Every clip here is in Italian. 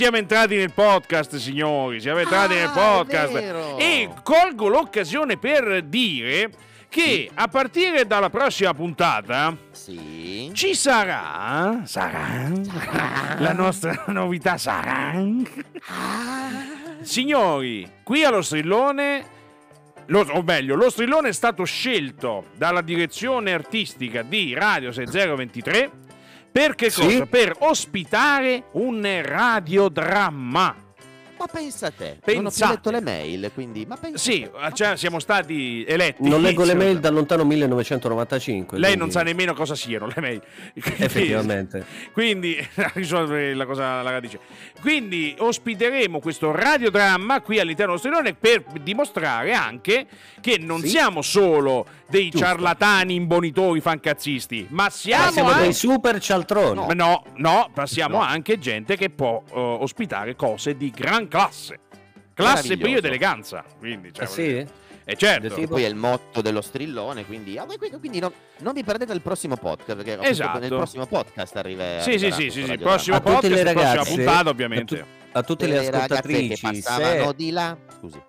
Siamo entrati nel podcast, signori, siamo entrati nel podcast e colgo l'occasione per dire che a partire dalla prossima puntata ci sarà la nostra novità signori, qui allo Strillone, lo Strillone è stato scelto dalla direzione artistica di Radio 6023 per che cosa? Per ospitare un radiodramma. Ma pensa a te, non ho più letto le mail, quindi... Cioè, siamo stati eletti. Non leggo le mail dal lontano 1995. Lei non sa nemmeno cosa siano le mail. Effettivamente. Quindi, risolve la cosa alla radice. Quindi ospiteremo questo radiodramma qui all'interno dello Strillone per dimostrare anche che non siamo solo dei ciarlatani imbonitori fancazzisti, ma siamo anche dei super cialtroni. No, passiamo anche gente che può ospitare cose di gran classe, brio ed eleganza. Quindi, sì? Certo. E poi è il motto dello Strillone, quindi non vi perdete il prossimo podcast, perché nel prossimo podcast arriverà. Sì, il prossimo podcast, tutte le ragazze, la prossima puntata, ovviamente. A tutte le ascoltatrici che passavano di là. Scusi.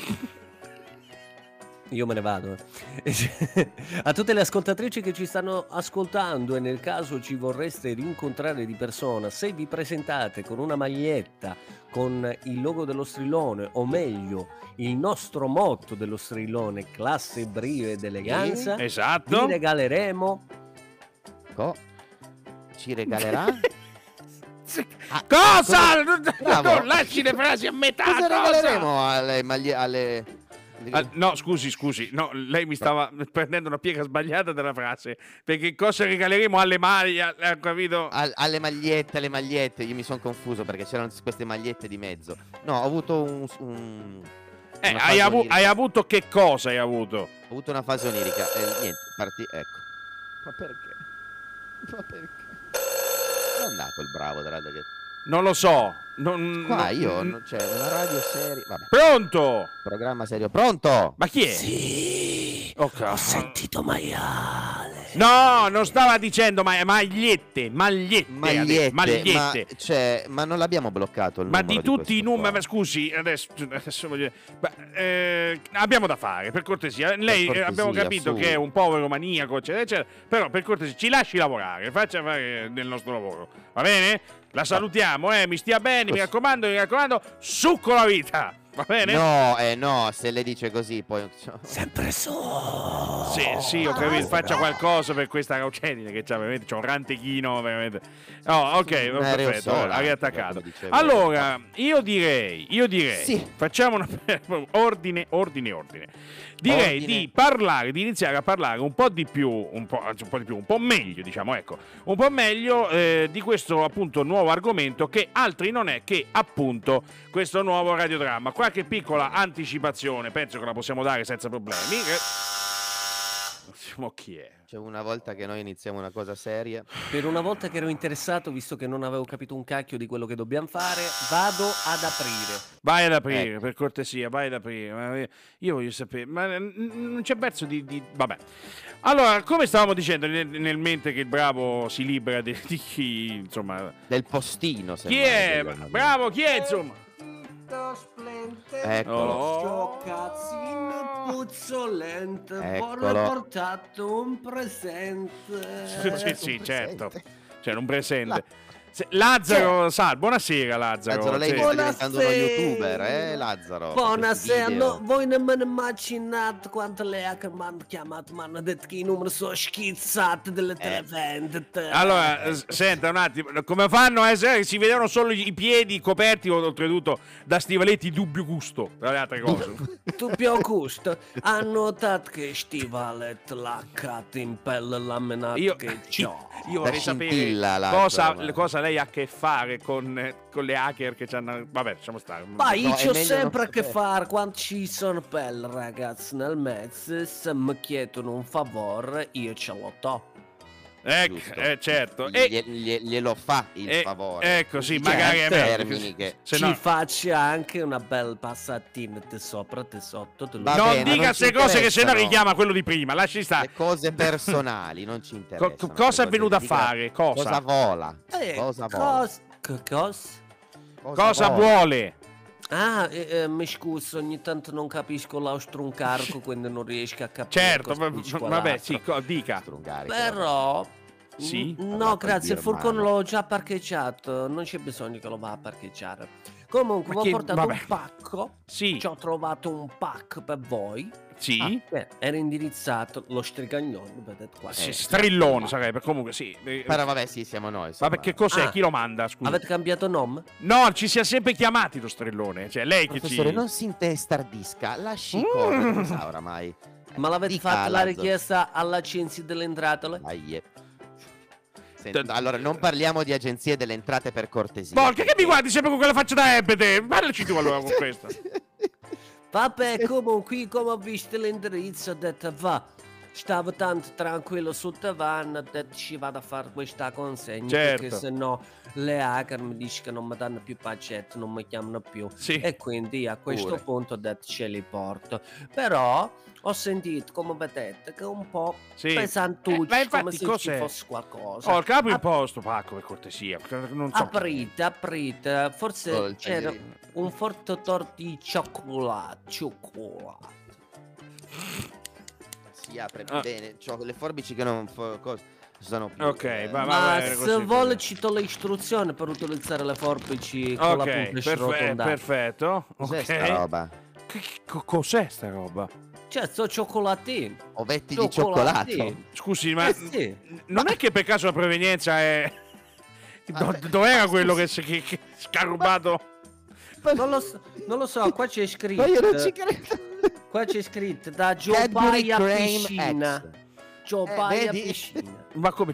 Io me ne vado. A tutte le ascoltatrici che ci stanno ascoltando e nel caso ci vorreste rincontrare di persona, se vi presentate con una maglietta con il logo dello Strillone, o meglio il nostro motto dello Strillone, classe, brio ed eleganza, esatto, vi regaleremo ci regalerà cosa? Non lasci le frasi a metà. Cosa regaleremo alle no, scusi, no, lei mi stava prendendo una piega sbagliata della frase, perché cosa regaleremo alle maglie, capito? Alle magliette, io mi sono confuso perché c'erano queste magliette di mezzo. No, ho avuto hai avuto che cosa hai avuto? Ho avuto una fase onirica e niente, ecco. Ma perché? È andato il bravo della che... Non lo so. C'è una radio seria. Vabbè. Pronto? Programma serio. Pronto? Ma chi è? Sì. Ho sentito maiale. No, non stava dicendo magliette. Ma non l'abbiamo bloccato il ma numero di tutti i numeri. qua. Scusi, adesso voglio dire, abbiamo da fare, per cortesia. Lei abbiamo capito che è un povero maniaco, eccetera, eccetera. Però per cortesia ci lasci lavorare, faccia fare del nostro lavoro. Va bene? La salutiamo, mi stia bene, mi raccomando, succo la vita. Va bene? No, se le dice così poi... Sempre su. Sì, ho capito, faccia qualcosa per questa Raucedine che c'ha veramente, c'ha un rantechino veramente. Oh, ok, perfetto, ha riattaccato. Allora, io direi, facciamo ordine. Direi di iniziare a parlare un po' meglio, diciamo, ecco, un po' meglio di questo appunto nuovo argomento, che altri non è che appunto questo nuovo radiodramma. Qualche piccola anticipazione penso che la possiamo dare senza problemi. Chi è? C'è una volta che noi iniziamo una cosa seria. Per una volta che ero interessato, visto che non avevo capito un cacchio di quello che dobbiamo fare, vado ad aprire. Vai ad aprire, per cortesia, vai ad aprire. Io voglio sapere, ma non c'è verso di... Vabbè. Allora, come stavamo dicendo nel mente che il bravo si libera di chi, insomma... Del postino, chi è? Bravo, chi è, insomma? Eccolo. Cazzino puzzolente, Eccolo. vorrei portato un presente. Sì, certo. C'è un presente. Lazzaro, buonasera Lazzaro. Lei sta diventando uno youtuber, Lazzaro? Buonasera, voi nemmeno immaginate quanto lei ha chiamato, mi hanno detto che i numeri sono schizzati delle televendite. Allora, senta un attimo, come fanno a essere? Si vedevano solo i piedi coperti, oltretutto, da stivaletti dubbio gusto, tra le altre cose. Dubbio gusto? Ha notato che stivaletti laccati in pelle laminata che c'ho? Io vorrei sapere cosa lei ha a che fare con le hacker che ci hanno... Vabbè, lasciamo stare. Ma io c'ho sempre a che fare quando ci sono pelle, ragazzi, nel mezzo. Se mi chiedono un favore, io ce lo do. Certo. Glielo fa il favore. Ecco, sì, magari è termini che... Ci faccia anche una bella passatina di sopra, di sotto. Non dica queste cose che sennò richiama quello di prima. Lasci stare. Le cose personali non ci interessano. Cosa è venuto a fare? Cosa vola? Cosa? Cosa vuole? Mi scuso, ogni tanto non capisco l'austruncarco, quindi non riesco a capire. Certo, vabbè, sì, dica. Però... Sì? No, grazie, il furgone l'ho già parcheggiato, non c'è bisogno che lo vada a parcheggiare. Comunque, ho portato un pacco. Sì. Ci ho trovato un pack per voi. Sì. Era indirizzato lo strigagnone, vedete qua. Strillone sarebbe, comunque sì. Però vabbè, sì, siamo noi. Ma perché cos'è? Chi lo manda, scusa? Avete cambiato nome? No, ci siamo sempre chiamati lo strillone. Cioè, lei che Professore, non si intestardisca, lasci correre, sa oramai. Ma l'avete fatta la richiesta all'agenzia delle entrate? Allora, non parliamo di agenzie delle entrate per cortesia. Porca, che mi guardi sempre con quella faccia da ebete? Parlaci tu allora con questa. Vabbè, comunque, come ho visto l'indirizzo, ho detto, stavo tanto tranquillo sul divano, ho detto, ci vado a fare questa consegna, perché sennò le hacker mi dicono che non mi danno più pacchetti, non mi chiamano più. E quindi a questo punto ho detto, ce li porto. Però... ho sentito, come vedete, che è un po' pesantuccio, come se ci fosse qualcosa. Il capo imposto, Pacco, per cortesia. Non so aprite. Forse c'era un forte torto di cioccolato. Si apre bene, le forbici che non sono più. Ok, ma se vuole cito le istruzioni per utilizzare le forbici con la punta srotondata. Perfetto. Cos'è sta roba? Cos'è sta roba? Cioè, sto cioccolatino. Ovetti di cioccolato. Scusi, ma non è che per caso la provenienza è... Dov'era quello che si ha rubato? Non lo so, qua c'è scritto... Ma io non ci credo. Qua c'è scritto da Giobaia Piscina. Giobaia Piscina. Ma come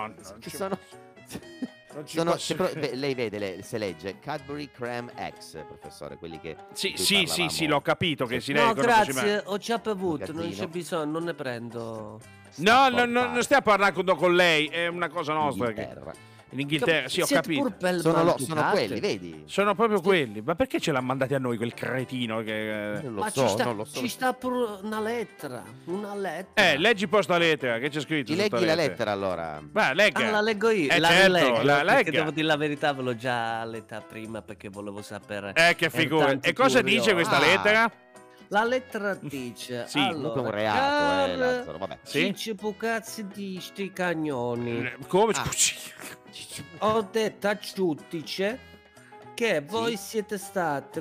lei vede, se legge Cadbury Creme X, professore, quelli che sì, l'ho capito che si legge. No, grazie, ho già bevuto, non c'è bisogno, non ne prendo. No, non stiamo parlando con lei, è una cosa nostra. In Inghilterra, sì, ho capito. Sono quelli, vedi? Sono proprio quelli. Ma perché ce l'ha mandati a noi quel cretino? Non lo so. Ci sta pure una lettera. Leggi poi sta lettera, che c'è scritto? Leggi la lettera allora. Beh, legga. La leggo io. La perché devo dire la verità, ve l'ho già letta prima perché volevo sapere. Che figura. E cosa dice questa lettera? La lettera dice allora, un reato, Lazzaro, vabbè. Cicci pucazzi di sti cagnoni. Come? Ho detto a Giudice che voi siete stati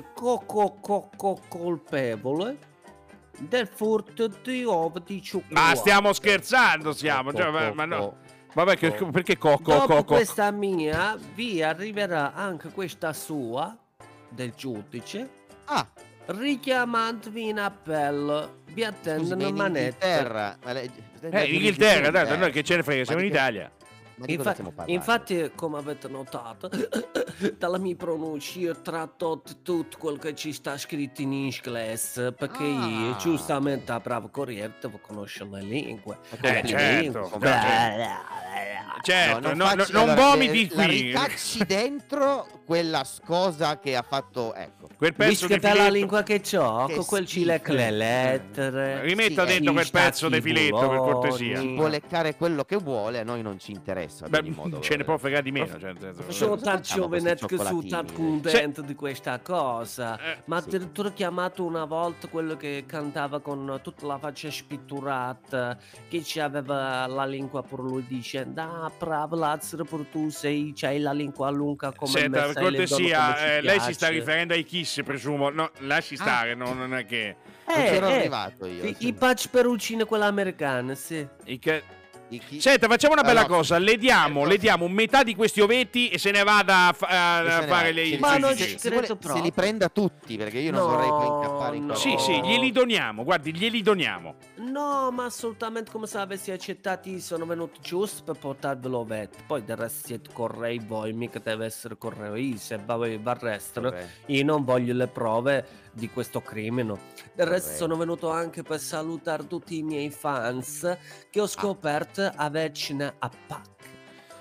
colpevoli del furto di uova di cioccolato. Ma stiamo scherzando, ma no. Vabbè, perché dopo questa mia vi arriverà anche questa sua del giudice. Richiamandovi in appello, vi attendono manette. Inghilterra, dai, noi che ce ne frega, siamo in Italia. Infatti, come avete notato, dalla mia pronuncia io tratto tutto quello che ci sta scritto in inglese, perché io giustamente a bravo corriere devo conoscere le lingue. Certo, non vomiti qui. Ricacci dentro quella scosa che ha fatto, ecco. Quel pezzo di filetto. La lingua che c'ho, con quel cilecco le lettere. Rimetta dentro quel pezzo di filetto, per cortesia. Può leccare quello che vuole, a noi non ci interessa. Ad ogni modo. Ce ne può fregare di meno. Sono tanto giovanetto che sono tanto contento di questa cosa. Ma addirittura chiamato una volta quello che cantava con tutta la faccia spitturata, che ci aveva la lingua per lui dicendo: bravo Lazzaro, per tu c'hai la lingua lunga come me. Senta, per cortesia, lei si sta riferendo ai Kiss, presumo. No, lasci stare, non è che... non c'ero arrivato io. I patch perucine, quella americana, sì. Senta, facciamo una bella cosa. Le diamo metà di questi ovetti e se ne vada a fare le... Ma non ci credo proprio. Se li prenda tutti, perché io non vorrei poi incappare in Sì, glieli doniamo, guardi, glieli doniamo. No, ma assolutamente, come se avessi accettati, sono venuto giusto per portarvi l'ovetto. Poi del resto siete correi voi, mica deve essere correo io. Se va il resto, io non voglio le prove di questo crimine. Del resto sono venuto anche per salutare tutti i miei fans che ho scoperto a vicina a Pac.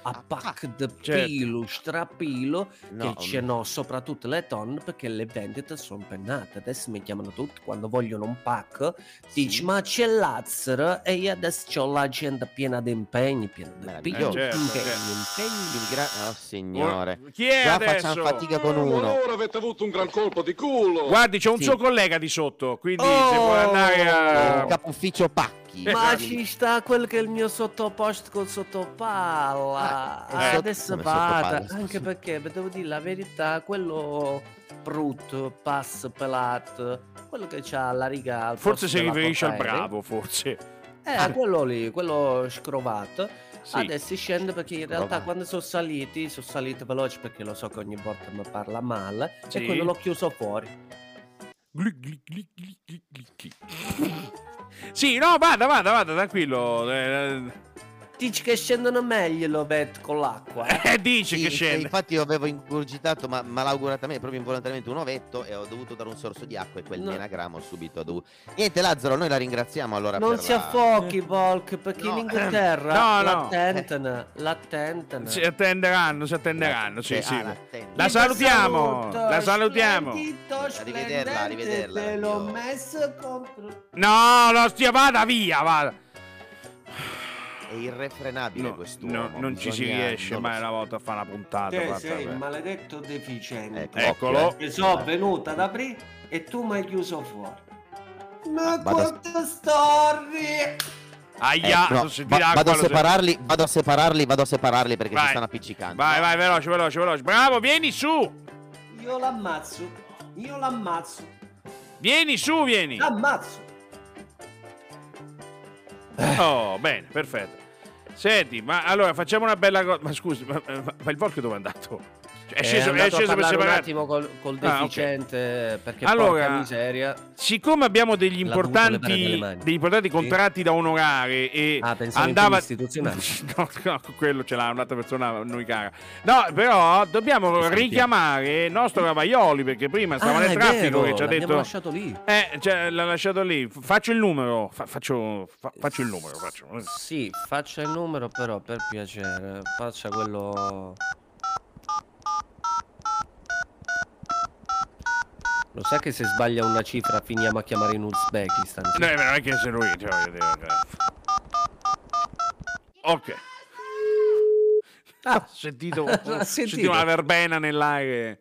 a pack di pilo, strapilo, che ce n'ho soprattutto le tonne perché le vendite sono pennate. Adesso mi chiamano tutti quando vogliono un pack, dici ma c'è Lazzaro e io adesso ho l'agenda piena di impegni, piena di impegni. Oh signore, chi è già adesso? facciamo fatica con uno. Ora avete avuto un gran colpo di culo. Guardi, c'è un suo collega di sotto, quindi se vuole andare a... capo ufficio Pacchi. Ma ci sta quel che è il mio sottoposto col sottopalla. Adesso vada, anche perché devo dire la verità, quello brutto, pass pelato, quello che c'ha la riga al forse si riferisce al portaerei. bravo, forse. Quello lì, quello scrovato. Sì. Adesso scende perché in realtà quando sono saliti veloci perché lo so che ogni volta mi parla male, Sì. e quello l'ho chiuso fuori. Sì, no, vada, tranquillo. Dici che scendono meglio l'ovetto con l'acqua. Dice che scende. Infatti io avevo ingurgitato malauguratamente, proprio involontariamente, un ovetto e ho dovuto dare un sorso di acqua e quel menagramo subito ho dovuto... Niente Lazzaro, noi la ringraziamo allora non per si affochi Volk perché in Inghilterra no. l'attentano. Si attenderanno, sì. l'attendo. La salutiamo. Arrivederla. Te l'ho messo contro. No, vada via, vada. È irrefrenabile quest'uomo. Non ci si riesce mai una volta a fare una puntata. Te sei un maledetto deficiente. Eccolo. Che sono venuta ad aprire e tu mi hai chiuso fuori. Ma quante storie! Aia, vado a separarli perché si stanno appiccicando. Vai, veloce. Bravo, vieni su. Io l'ammazzo. Vieni su. L'ammazzo. Oh, bene, perfetto. Senti, ma allora facciamo una bella cosa. Ma scusi, ma il Volk dove è andato? È sceso per separare un attimo col deficiente perché allora, porca miseria. Siccome abbiamo degli importanti contratti da onorare e andava istituzionali. no, quello ce l'ha un'altra persona a noi cara. No, però dobbiamo richiamare il nostro Ravaioli perché prima stava nel traffico che ci ha detto lasciato lì. L'ha lasciato lì. Faccio il numero. Faccio il numero, Sì, faccia il numero però per piacere. Faccia quello. Lo sai che se sbaglia una cifra finiamo a chiamare in Uzbekistan? No, non è che se lui... Ok. Ho sentito una verbena nell'aria.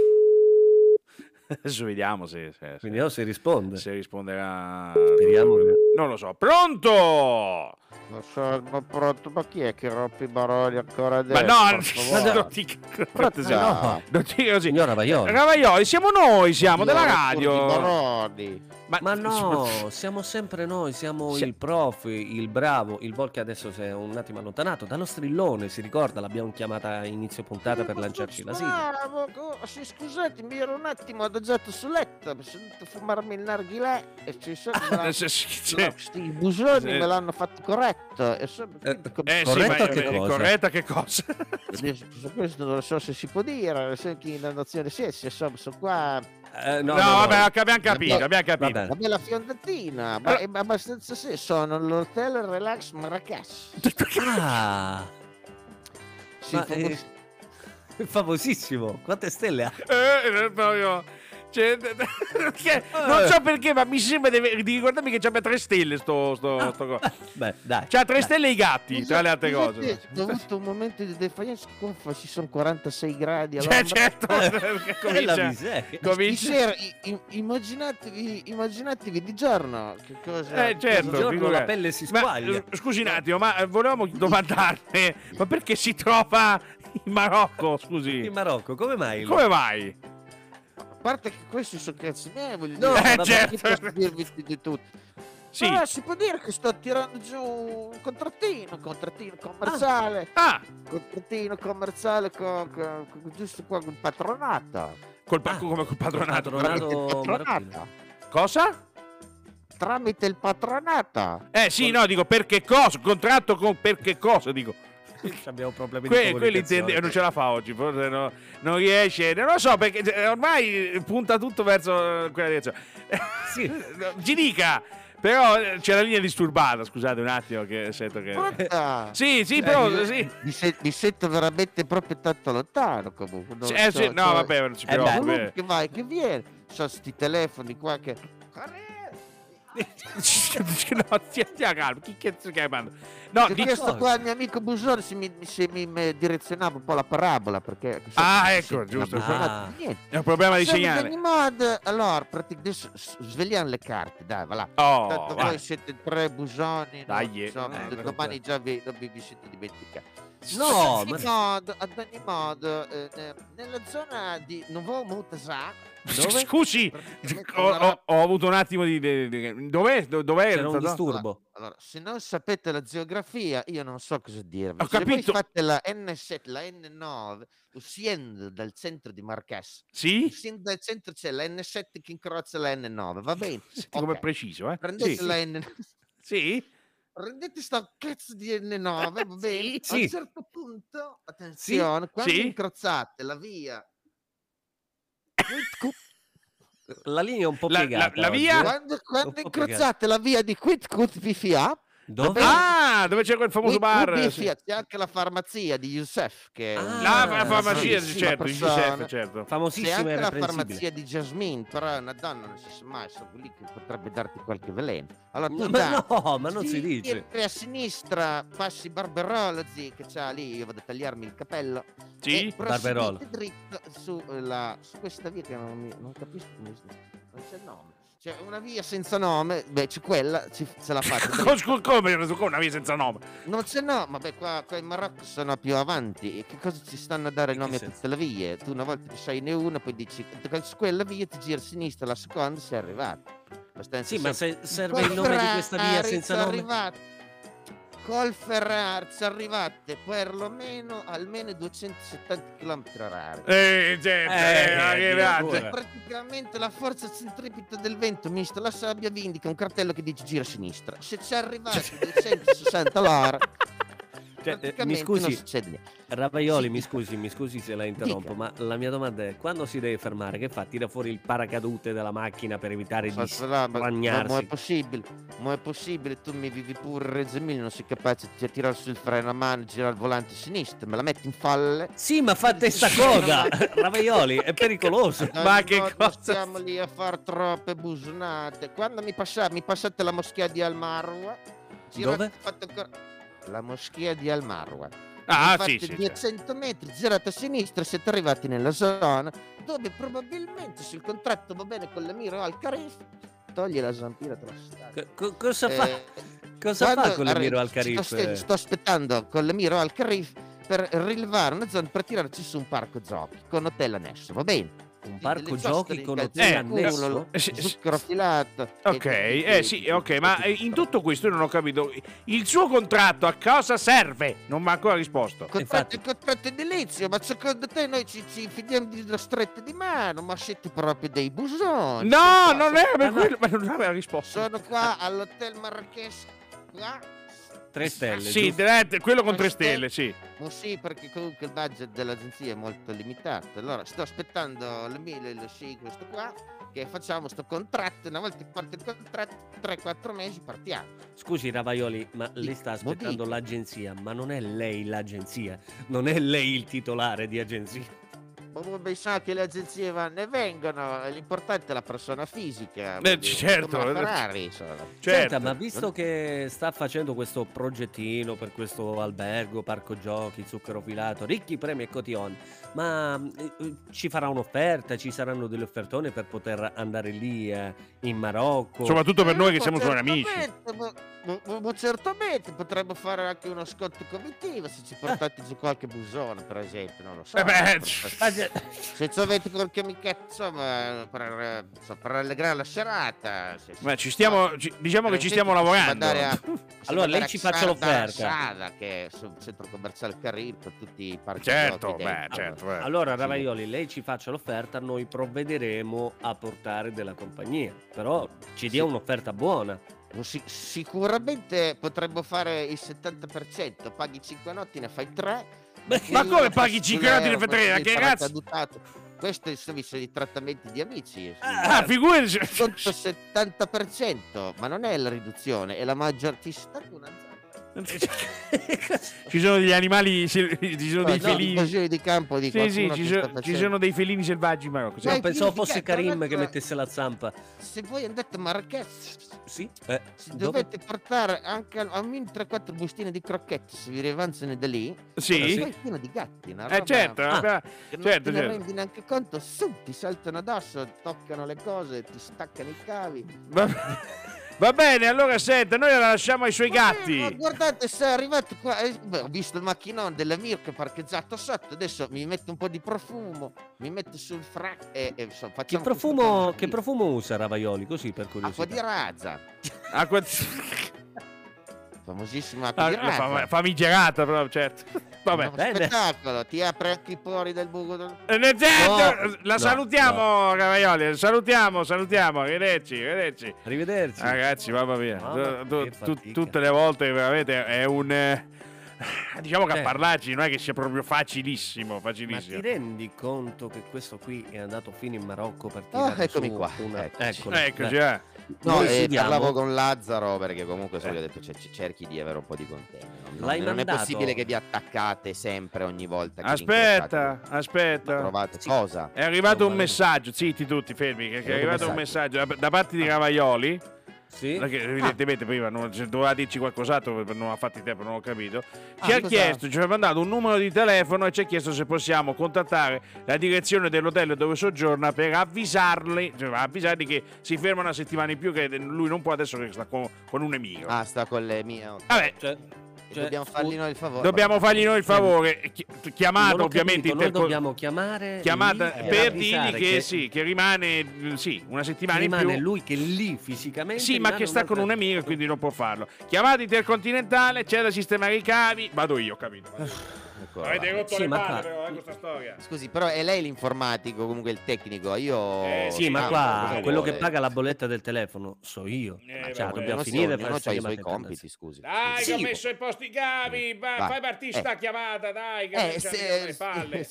Adesso vediamo se risponde. Se risponderà. Speriamo. Non lo so. Pronto? Non sono pronto, ma chi è che rompe i baroli ancora adesso? Ma no, non ti così. Signor Ravaioli. Ravaioli, siamo noi, della radio. Ma no, siamo sempre noi, siamo il prof, il bravo, il Volk che adesso si è un attimo allontanato dallo strillone, si ricorda, l'abbiamo chiamata a inizio puntata per lanciarci la sigla. Scusate, mi ero un attimo adagiato sul letto, mi sono andato a fumarmi il narghilè e ci sono questi busoni me l'hanno fatto corretto. Corretto che cosa? Corretta che cosa? Questo non lo so se si può dire, che la nozione sono qua. No, vabbè, abbiamo capito. Vabbè, la fiondatina, ma è abbastanza sono l'hotel Relax Marrakesh. Ah, famosissimo. Quante stelle ha? Non so perché, ma mi sembra di ricordarmi che c'abbia 3 stelle sto Beh, dai. C'ha 3 stelle i gatti, tra le altre cose. Ho avuto un momento di defiance, ci sono 46 gradi certo. Comincia. Immaginatevi di giorno che cosa. Certo, di giorno la pelle si squaglia. Scusi un attimo, ma volevamo domandarle, ma perché si trova in Marocco, scusi? In Marocco, come mai? Come mai? A parte che questi sono cazzi miei, voglio dire, certo. Posso dirvi di tutto. Sì. Però si può dire che sto tirando giù un contrattino commerciale. Contrattino commerciale giusto qua con patronato. Come col patronato? Cosa? Tramite il patronato. Sì, no, dico per che cosa? Contratto con per che cosa, dico. Abbiamo problemi di comunicazione. Non ce la fa oggi, forse non riesce, non lo so perché ormai punta tutto verso quella direzione. Sì. Ci dica, Però c'è la linea disturbata, scusate un attimo che sento che... Sì, però... Sì. Mi sento veramente proprio tanto lontano comunque. No, vabbè, non ci preoccupare. Che vai, che viene. Sono sti telefoni qua che... No, stia calmo, chi cazzo che hai mandato? No, ho chiesto qua al mio amico Busone se mi direzionava un po' la parabola, perché... ecco, giusto. È un problema di segnale. Allora, adesso svegliamo le carte, dai, va là. Tanto voi siete 3 Busoni, dai, domani già non vi siete dimenticati. No, ad ogni modo, nella zona di Nouveau Moutazà, scusi, ho avuto un attimo di... Dov'è? C'era un disturbo. Allora, se non sapete la geografia, io non so cosa dirvi. Ho capito. Se voi fate la N7, la N9, uscendo dal centro di Marques, sì? uscendo dal centro c'è la N7 che incrocia la N9, va bene? Come preciso, Prendete la N9. Sì? Prendete sta cazzo di N9, va bene? Sì. A un certo punto, attenzione, quando incrociate la via... La linea è un po' piegata. La via? Quando incrociate la via di Quitcut Pifia, dove? Dove c'è quel famoso bar? Sì. C'è anche la farmacia di Youssef, che la farmacia, certo. Famosissima, c'è anche la farmacia di Jasmine, però è una donna, non si sa mai, sono lì che potrebbe darti qualche veleno. Allora tu ma non si dice. E a sinistra passi Barberolo, che c'ha lì, io vado a tagliarmi il capello. Sì, Barberolo. Dritto su questa via che non capisco come si... non c'è il nome. C'è una via senza nome, c'è quella, ce la fate. Come una via senza nome? Non c'è nome, qua in Marocco sono più avanti. E che cosa ci stanno a dare nomi a tutte le vie? Tu una volta che sai ne una, poi dici su quella via ti giri a sinistra, la seconda sei arrivato. Sì, ma se serve il nome di questa via senza nome. Arrivato. Col Ferrari ci arrivate perlomeno almeno 270 km/h. Praticamente la forza centripeta del vento mista la sabbia vi indica un cartello che dice gira a sinistra. Se ci arrivate 260 all'ora, mi scusi, non succede niente. Ravaioli, mi scusi se la interrompo, ma la mia domanda è: quando si deve fermare, che fa? Tira fuori il paracadute della macchina per evitare di spragnarsi? Ma è possibile, tu mi vivi pure Reggio Emilia, non sei capace di tirare sul freno a mano, girare il volante a sinistra, me la metti in falle? Sì, ma fa testa coda, Ravaioli, è pericoloso. Ma che cosa? Stiamo lì a far troppe busonate. Quando mi passate la moschea di Al-Marwa, dove? La moschea di Al-Marwa. Sì, 200 metri, girate a sinistra, siete arrivati nella zona dove probabilmente, se il contratto va bene con l'Emiro Al-Kharif, toglie la zampira tra cosa fa? Cosa fa con l'Emiro Al-Kharif? Sto aspettando con l'Emiro Al-Kharif per rilevare una zona per tirarci su un parco giochi con hotel annesso, va bene? Un parco giochi con hotel annesso? Zucchero filato. Ok, ma in tutto questo io non ho capito. Il suo contratto a cosa serve? Non mi ha ancora risposto. Contratto edilizio, ma secondo te noi ci fidiamo della stretta di mano? Ma siete proprio dei busoni. No, non è per quello, ma non aveva risposto. Sono qua all'hotel Marrakesh, qua. 3 stelle. Sì, quello con 3 stelle, sì. Ma sì, perché comunque il budget dell'agenzia è molto limitato. Allora sto aspettando l'Emilio e lo sì, questo qua, che facciamo sto contratto. Una volta che parte il contratto, 3-4 mesi partiamo. Scusi Ravaioli, ma lei sta aspettando l'agenzia, ma non è lei l'agenzia, non è lei il titolare di agenzia. Pensate che le agenzie vanno e vengono, l'importante è la persona fisica. Certo. Ferrari, Senta, ma visto che sta facendo questo progettino per questo albergo, parco giochi, zucchero filato, ricchi premi e cotillon, ma ci farà un'offerta, ci saranno delle offertone per poter andare lì in Marocco? Soprattutto per noi che siamo suoi amici. Certamente, potremmo fare anche uno sconto comittivo se ci portate giù qualche busone, per esempio, non lo so. Se ci avete qualche amichetto, insomma, per rallegrare la serata. Ma diciamo che ci stiamo lavorando. Allora lei ci faccia l'offerta. Che è sul centro commerciale Carril per tutti i parchi. Certo. Allora Ravaioli, lei ci faccia l'offerta, noi provvederemo a portare della compagnia, però ci dia un'offerta buona. Sicuramente potremmo fare il 70%, paghi 5 notti, ne fai 3. Ma come paghi 5 notti, ne fai 3? Che razza? questo è il servizio di trattamenti di amici. Figurati. Sotto 70%, ma non è la riduzione, è la maggior. Ti stacca una zampa. Ci sono degli animali, ci sono dei felini di campo di ci sono dei felini selvaggi in Marocco. Pensavo fosse Karim che mettesse la zampa. Se voi andate a Marrakech, sì, dovete portare anche almeno 3-4 bustine di crocchette se vi riavanzano da lì. Sì, è pieno di gatti, certo, non te ne rendi neanche conto, ti saltano addosso, toccano le cose, ti staccano i cavi. Va bene, allora senta, noi la lasciamo ai suoi gatti. Ma guardate, se è arrivato qua, ho visto il macchinone della Mirko parcheggiato sotto, adesso mi metto un po' di profumo, mi metto sul frac e facciamo che profumo usa Ravaioli, così per curiosità? Acqua di Raza. Famosissima acqua di Raza. Famigerata, però, certo. Vabbè. Spettacolo, ti apre anche i pori del buco del... La salutiamo, Ravaioli, salutiamo, arrivederci. Ragazzi, mamma mia, tutte le volte veramente è un... Diciamo che a parlarci non è che sia proprio facilissimo. Ma ti rendi conto che questo qui è andato fino in Marocco per tirare eccomi su qua. Eccoci. No, parlavo con Lazzaro perché comunque ho detto cerchi di avere un po' di contegno. Non è possibile che vi attaccate sempre ogni volta che aspetta. Trovate cosa? È arrivato un messaggio, zitti tutti, fermi, che è arrivato un messaggio da parte di Ravaioli. Sì. Perché evidentemente prima doveva dirci qualcos'altro, non ha fatto il tempo, non ho capito. Ci ha chiesto, ci ha mandato un numero di telefono e ci ha chiesto se possiamo contattare la direzione dell'hotel dove soggiorna per avvisarli che si ferma una settimana in più, che lui non può adesso che sta con un emiro. Sta con le mie. Vabbè, dobbiamo fargli noi il favore. Dobbiamo fargli noi il favore. Chiamata ovviamente. Noi dobbiamo chiamare per dirgli che rimane una settimana in più. Rimane lui che lì fisicamente. Sì, ma che sta con un amico e quindi non può farlo. Chiamata intercontinentale, c'è da sistemare i cavi. Vado io, capito? Avete rotto le palle però, questa storia. Scusi, però è lei l'informatico, comunque il tecnico. Io sì, ma qua quello che paga la bolletta del telefono so io. Dobbiamo finire per fare i suoi compiti, scusi. Dai, che ho messo in posto i cavi. Fai partire sta chiamata, dai, che c'è le palle.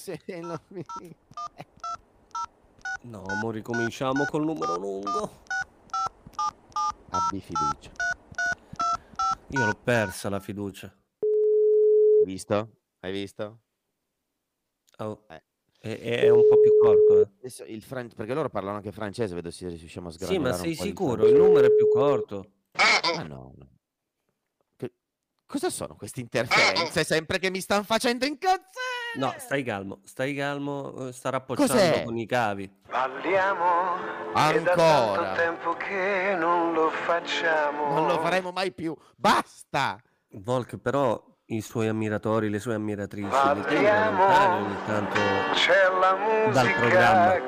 No, mo ricominciamo col numero lungo. Abbi fiducia. Io l'ho persa la fiducia. Hai visto? Oh. È un po' più corto. Adesso perché loro parlano anche francese, vedo se riusciamo a sgranare. Sì, ma sei sicuro? Il numero è più corto. Ah no. Cosa sono queste interferenze sempre che mi stanno facendo incazzare? No, stai calmo, sta rappocciando con i cavi. Parliamo ancora. Da tanto tempo che non lo facciamo. Non lo faremo mai più. Basta! Volk, però i suoi ammiratori, le sue ammiratrici li tengono lontani ogni tanto dal programma.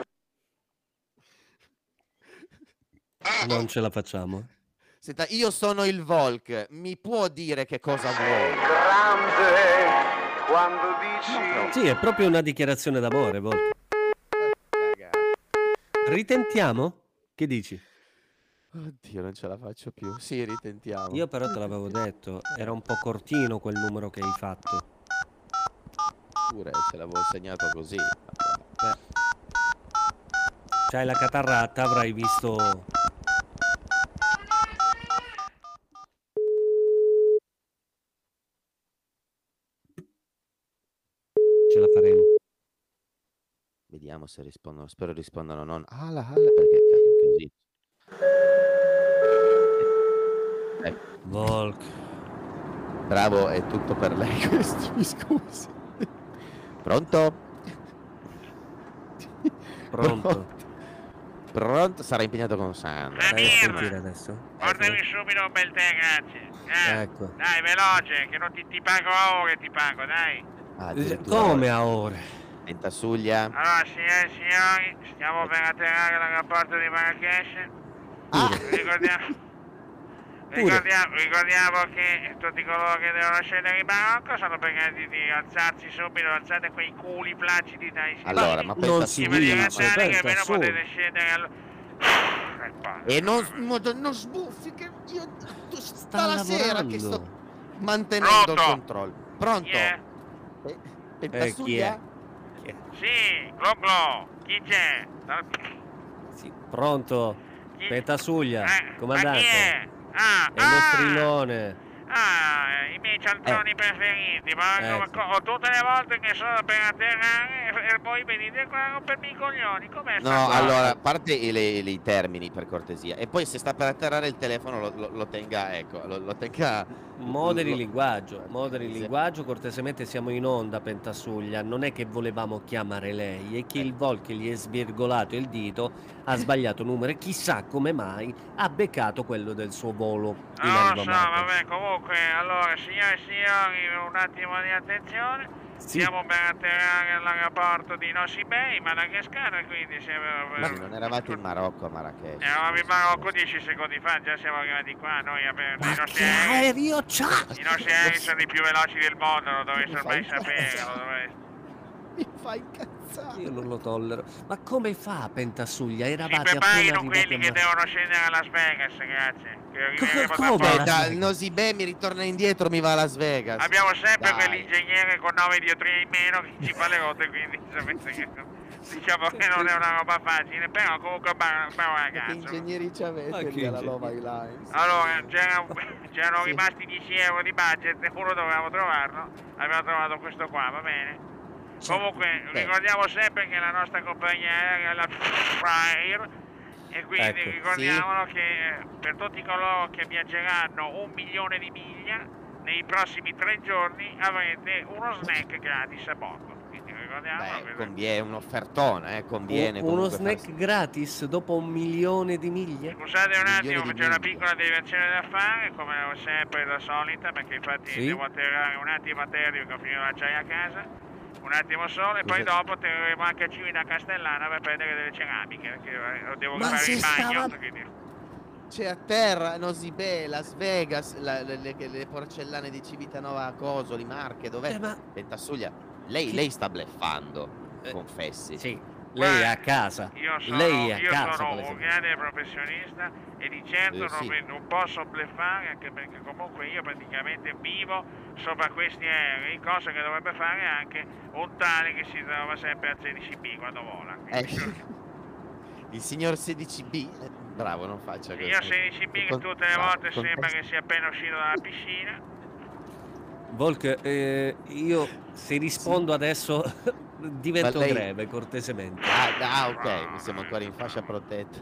Non ce la facciamo. Senta, io sono il Volk, mi può dire che cosa vuole? Grande quando dici. Sì, è proprio una dichiarazione d'amore, Volk. Ritentiamo? Che dici? Oddio, non ce la faccio più. Sì, ritentiamo. Io però te l'avevo detto, era un po' cortino quel numero che hai fatto. Pure ce l'avevo segnato così. C'hai la catarrata, avrai visto. Ce la faremo. Vediamo se rispondono. Spero rispondano non. Perché così. Volk. Bravo, è tutto per lei questo, mi scusi. Pronto? Pronto? Sarà impegnato con Sandra. Stai a sentire adesso? Portami subito un bel tè, grazie. Ecco. Dai, veloce, che non ti pago a ore, ti pago, dai. Come a ore? Senta Suglia. Allora, signore e signori, stiamo per atterrare l'aeroporto di Marrakech. Ricordiamo che tutti coloro che devono scendere in Marocco sono pregati di alzarsi subito, alzate quei culi placidi dai signori. Allora, ma pensa si che almeno potete scendere e non sbuffi che io sta la sera che sto mantenendo il controllo. Pronto? Yeah. Chi è? Sì, Glo, chi c'è? Sì, pronto? Pentasuglia, comandante. Ma chi è? È lo strillone. I miei cialtroni preferiti, ma ho tutte le volte che sono per atterrare e poi venite qua a rompermi i coglioni, com'è? No, allora, a parte i termini per cortesia, e poi se sta per atterrare il telefono lo tenga, ecco, lo tenga... Moderi linguaggio, cortesemente siamo in onda, Pentasuglia, non è che volevamo chiamare lei, è che il vol che gli è svirgolato il dito ha sbagliato numero e chissà come mai ha beccato quello del suo volo. Non lo so, vabbè, comunque, allora, signore e signori, un attimo di attenzione. Sì. Stiamo per atterrare all'aeroporto di Nosy Be, in Madagascar, quindi Ma non eravate in Marocco a Marrakech? Eravamo in Marocco 10 secondi fa, già siamo arrivati qua, noi Ma che aereo c'ha? I nostri aerei sono i più veloci del mondo, lo dovreste ormai sapere, lo dovreste. Mi fa incazzare. Io non lo tollero. Ma come fa, Pentasuglia? Eravate Si preparino appena quelli che devono scendere a Las Vegas, grazie. Che arriveremo tra Come? poco. Dal Nosy Be mi ritorna indietro, mi va a Las Vegas. Abbiamo sempre Dai. quell'ingegnere con 9 diotrie in meno che ci fa le rotte, quindi sapete che diciamo che non è una roba facile, però comunque è un bravo Che ragazzo. ingegneri ci avete lì alla Love Lines? Allora, c'erano rimasti 10 euro di budget e uno dovevamo trovarlo. Abbiamo trovato questo qua, va bene? Comunque ricordiamo sempre che la nostra compagnia aerea è la Fire e quindi Ecco, ricordiamolo che per tutti coloro che viaggeranno 1 milione di miglia nei prossimi 3 giorni avrete uno snack gratis a bordo. Quindi ricordiamolo. Beh, conviene un'offertona, conviene. Uno snack gratis dopo 1 milione di miglia? Scusate un attimo, Milioni di c'è una miglia. piccola deviazione da fare, come sempre da solita, perché infatti Sì? devo atterrare un attimo a Terrio che ho finito l'acciaio a casa. Un attimo solo e poi dopo atterreremo anche a Civita Castellana per prendere delle ceramiche, perché devo Ma fare il si bagno. stava- Quindi... C'è a terra, Nosy Be, Las Vegas, le porcellane di Civitanova a Coso, le Marche, dov'è? ma... Pentasuglia, lei sta bleffando, confessi. Sì, lei è a casa. Lei è a casa. sono un palesemente. grande professionista e di certo Sì. non posso bleffare, anche perché comunque io praticamente vivo sopra questi aerei, cosa che dovrebbe fare anche un tale che si trova sempre a 16B quando vola. Quindi, Il signor 16B, bravo, non faccia così. Signor 16B che tutte le volte sembra che sia appena uscito dalla piscina. Volk, io se rispondo adesso divento Ma lei- greve, cortesemente. Ok, siamo ancora in fascia protetta.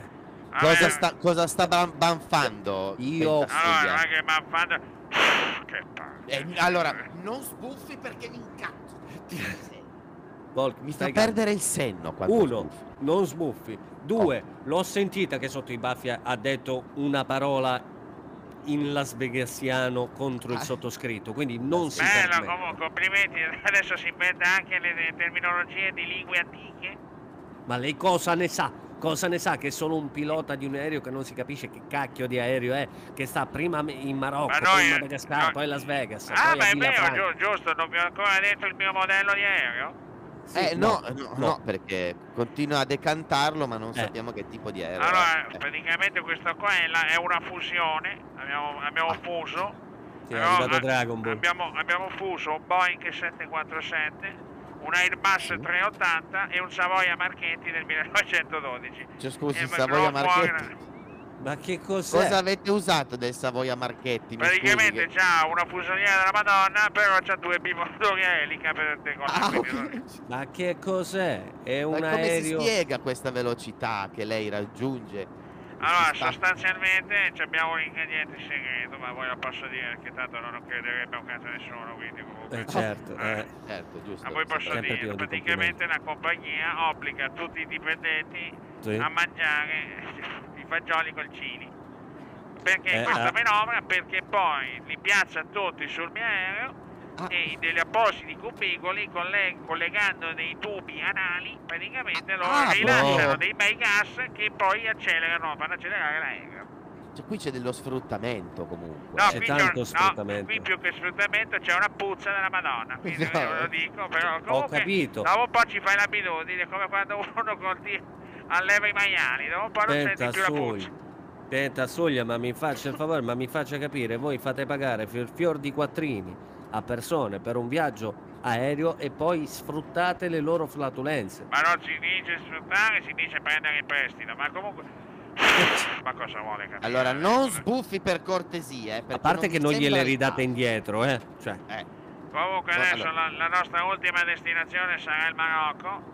Vabbè, Cosa sta banfando? Io- Pentasuglia? allora, non è che mi ha fatto... Che palle. Allora, non sbuffi perché mi incazzo. Volk, Mi fa stai calmo. perdere il senno quando 1. sbuffi. Non sbuffi. 2. L'ho sentita che sotto i baffi ha detto una parola in las vegasiano contro il sottoscritto, quindi non si Bello, permette. comunque, complimenti. Adesso si inventa anche le terminologie di lingue antiche. Ma lei cosa ne sa? Cosa ne sa che è solo un pilota di un aereo che non si capisce che cacchio di aereo è, che sta prima in Marocco, Ma poi noi- in Madagascar, noi- poi Las Vegas, Ah, poi a ma è Villafranca. vero, giusto, non vi ho ancora detto il mio modello di aereo? Sì, No, perché continua a decantarlo, ma non sappiamo che tipo di aereo. Allora, è. praticamente questo qua è una fusione, abbiamo fuso. Sì, è però arrivato Dragon Ball. abbiamo fuso un Boeing 747, un Airbus 380 e un Savoia Marchetti del 1912. Cioè, scusi, E Savoia però fuori- Marchetti. Ma che cos'è? Cosa avete usato del Savoia Marchetti? Mi Praticamente scusi, che- c'ha una fusoliera della Madonna, però c'ha 2 bimotori a elica per te ok. Ma che cos'è? È un Ma come si aereo... spiega questa velocità che lei raggiunge? Allora, Si sta- sostanzialmente abbiamo un ingrediente segreto, ma voi lo posso dire che tanto non crederebbe un cazzo a nessuno, quindi comunque... certo, Certo, giusto. Ma voi posso sempre dire, pieno di praticamente la compagnia obbliga tutti i dipendenti Sì. a mangiare i fagioli col chili. Perché questa ah. manovra? Perché poi li piazza tutti sul mio aereo e in degli appositi cubicoli collegando dei tubi anali, praticamente loro rilasciano no. dei bei gas che poi fanno accelerare l'aereo. Cioè, qui c'è dello sfruttamento comunque. No, C'è qui tanto sfruttamento. qui più che sfruttamento c'è una puzza della Madonna, quindi No. io lo dico, però comunque capito. dopo un po' ci fai l'abitudine, come quando uno alleva i maiali, dopo un po' non senti più la puzza. Pentasuglia, ma mi faccia il favore, ma mi faccia capire, voi fate pagare fior di quattrini a persone per un viaggio aereo e poi sfruttate le loro flatulenze. Ma non si dice sfruttare, si dice prendere in prestito, ma comunque... Ma cosa vuole capire? Allora, non sbuffi per cortesia, a parte che non gliele ridate indietro, cioè. Comunque adesso la nostra ultima destinazione sarà il Marocco.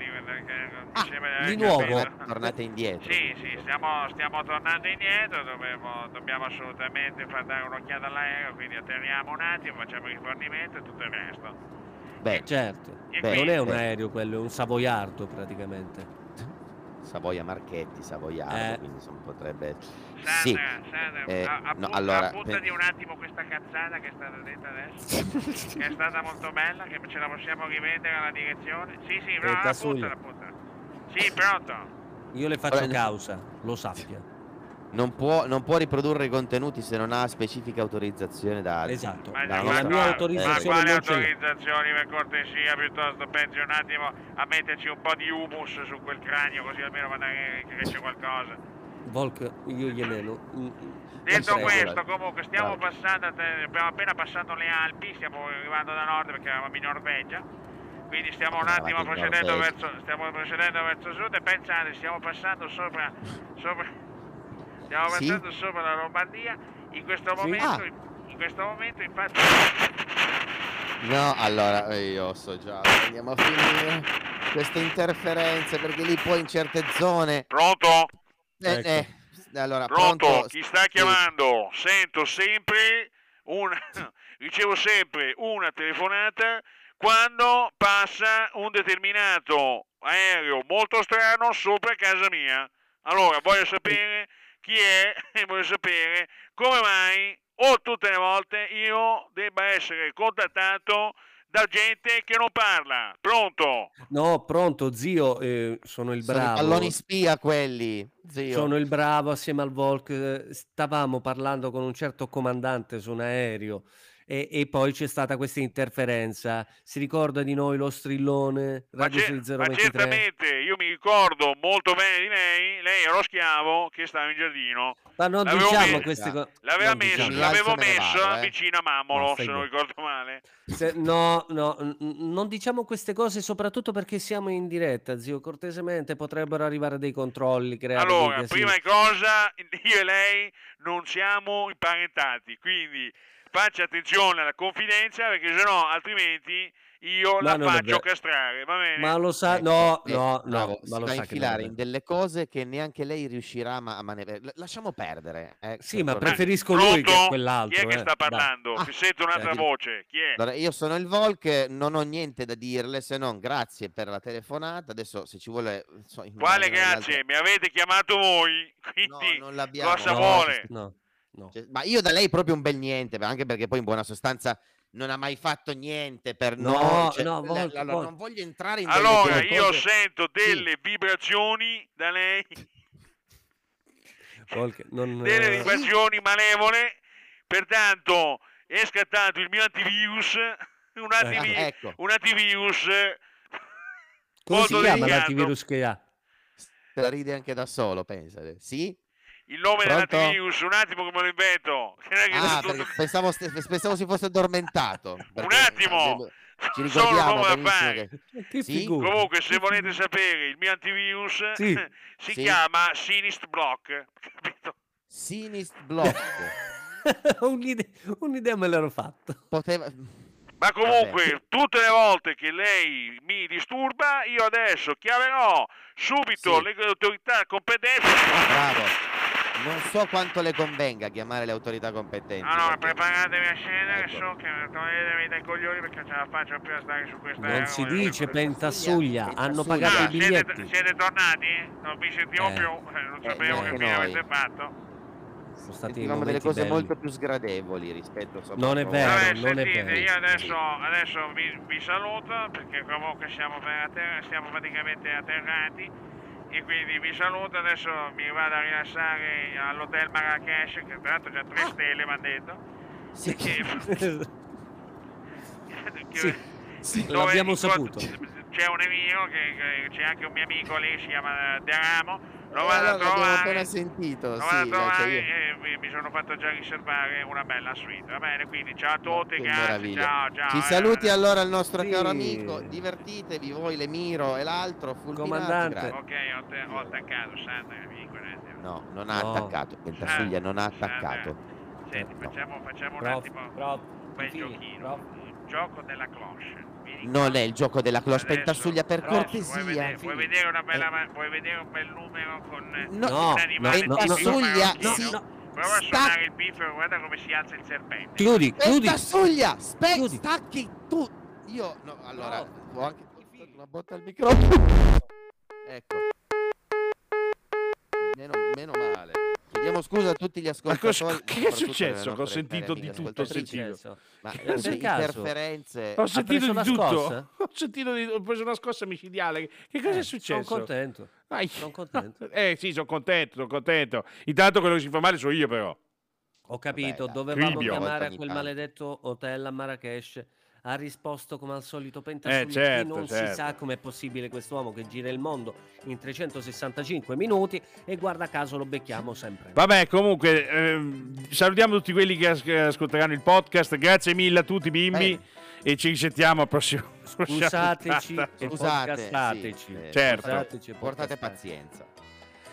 Di nuovo? Tornate indietro. Sì, stiamo tornando indietro, dobbiamo assolutamente far dare un'occhiata all'aereo, quindi atterriamo un attimo, facciamo il rifornimento e tutto il resto. Beh, certo. Non è un aereo quello, è un savoiardo praticamente. Savoia Marchetti, Savoiardo, quindi potrebbe... Sandra, allora, buttati un attimo questa cazzata che è stata detta adesso, che è stata molto bella, che ce la possiamo rivendere alla direzione. Sì, buttala. Sì, pronto. Io le faccio causa, lo sappia. Non può riprodurre i contenuti se non ha specifica autorizzazione da... Esatto. La mia autorizzazione. Ma quale autorizzazioni, per cortesia, piuttosto pensi un attimo a metterci un po' di humus su quel cranio, così almeno magari cresce qualcosa. Volk, io glielo... Detto questo, comunque stiamo abbiamo appena passato le Alpi, stiamo arrivando da nord perché eravamo in Norvegia. Quindi stiamo un attimo procedendo verso sud e pensate, stiamo passando sopra la Lombardia in questo momento infatti. No, allora io so già, andiamo a finire queste interferenze perché lì poi in certe zone. Pronto? Allora, pronto? Chi sta chiamando? Sento sempre ricevo sempre una telefonata quando passa un determinato aereo molto strano sopra casa mia. Allora voglio sapere chi è e voglio sapere come mai tutte le volte io debba essere contattato da gente che non parla. Pronto? No, pronto, zio, sono il bravo. Sono i palloni spia quelli, zio. Sono il bravo assieme al Volk. Stavamo parlando con un certo comandante su un aereo e poi c'è stata questa interferenza. Si ricorda di noi lo strillone Radio 023? Ma certamente, io mi ricordo molto bene di lei era lo schiavo che stava in giardino. Ma non diciamo queste cose. L'avevo messo vicino a Mammolo, se non ricordo male. Non diciamo queste cose, soprattutto perché siamo in diretta, zio. Cortesemente potrebbero arrivare dei controlli. Allora, prima cosa, io e lei non siamo imparentati, quindi faccia attenzione alla confidenza perché sennò altrimenti io la faccio castrare, va bene? Ma lo sa, no, ma lo sa infilare in delle cose che neanche lei riuscirà a manevrare. Lasciamo perdere. Sì, ma preferisco lui che quell'altro. Chi è che sta parlando? Si sente un'altra voce. Chi è? Allora, io sono il Volk, non ho niente da dirle se non grazie per la telefonata. Adesso se ci vuole... Quale grazie? Mi avete chiamato voi, quindi no, non l'abbiamo. Cosa vuole? No. Ma io da lei proprio un bel niente, anche perché poi in buona sostanza non ha mai fatto niente per noi. Allora, non voglio entrare in io sento delle vibrazioni da lei, delle vibrazioni malevole, pertanto è scattato il mio antivirus, un antivirus come si chiama l'antivirus che ha? La ride anche da solo, pensate. Sì? Il nome dell'antivirus, un attimo che me lo invento. Pensavo si fosse addormentato. Un attimo! Ci ricordiamo che... Sì? Comunque, se volete sapere, il mio antivirus si chiama Sinist Block. Capito? Sinist Block. Un'idea me l'ero fatto. Ma comunque, tutte le volte che lei mi disturba, io adesso chiamerò subito le autorità competenti. Bravo. Non so quanto le convenga chiamare le autorità competenti. Allora, preparatevi a scendere, so che toglietevi dai coglioni perché ce la faccio più a stare su questa. Non si dice Pentasuglia, hanno pagato i biglietti. Siete tornati? Non vi sentivo più, non sapevo che fine avete fatto. Sono stati delle cose molto più sgradevoli rispetto a non è vero, non è vero. Io adesso vi saluto perché comunque siamo praticamente atterrati. E quindi vi saluto, adesso mi vado a rilassare all'hotel Marrakesh, che tra l'altro già 3 stelle mi hanno detto. Sì, l'abbiamo saputo. c'è un Emiro, che c'è anche un mio amico lì, si chiama De Ramo, lo vado a trovare. L'abbiamo appena sentito, lo vado a trovare e mi sono fatto già riservare una bella suite. Va bene, quindi ciao a tutti, grazie, ciao. Ci saluti allora il nostro caro amico, divertitevi voi, l'Emiro e l'altro, Comandante. Ok, ho attaccato, Sandra, amico. No, non ha attaccato, Pentasuglia non ha attaccato. Senti, facciamo un attimo un bel giochino, il gioco della cloche. Non è il gioco della cloche, Pentasuglia, per cortesia. Vuoi vedere un bel numero con un animale Pentasuglia, prova a suonare il piffero, guarda come si alza il serpente. Chiudi. Pentasuglia, stacchi tu. Io no, allora ho anche una botta al microfono. Ecco. Meno male. Chiediamo scusa a tutti gli ascoltatori. Che è successo? Ho sentito di tutto. Ma interferenze. Ho sentito di tutto. Ho preso una scossa micidiale. Che cosa è successo? Sono contento. Sì, sono contento. Intanto quello che si fa male sono io, però. Ho capito, dovevamo chiamare a quel maledetto hotel a Marrakesh. Ha risposto come al solito Pentasuglia. Non si sa com'è possibile quest'uomo che gira il mondo in 365 minuti e guarda caso lo becchiamo sempre. Vabbè, comunque salutiamo tutti quelli che ascolteranno il podcast. Grazie mille a tutti bimbi e ci risentiamo al prossimo. Scusateci e podcastateci. Certo. Portate pazienza.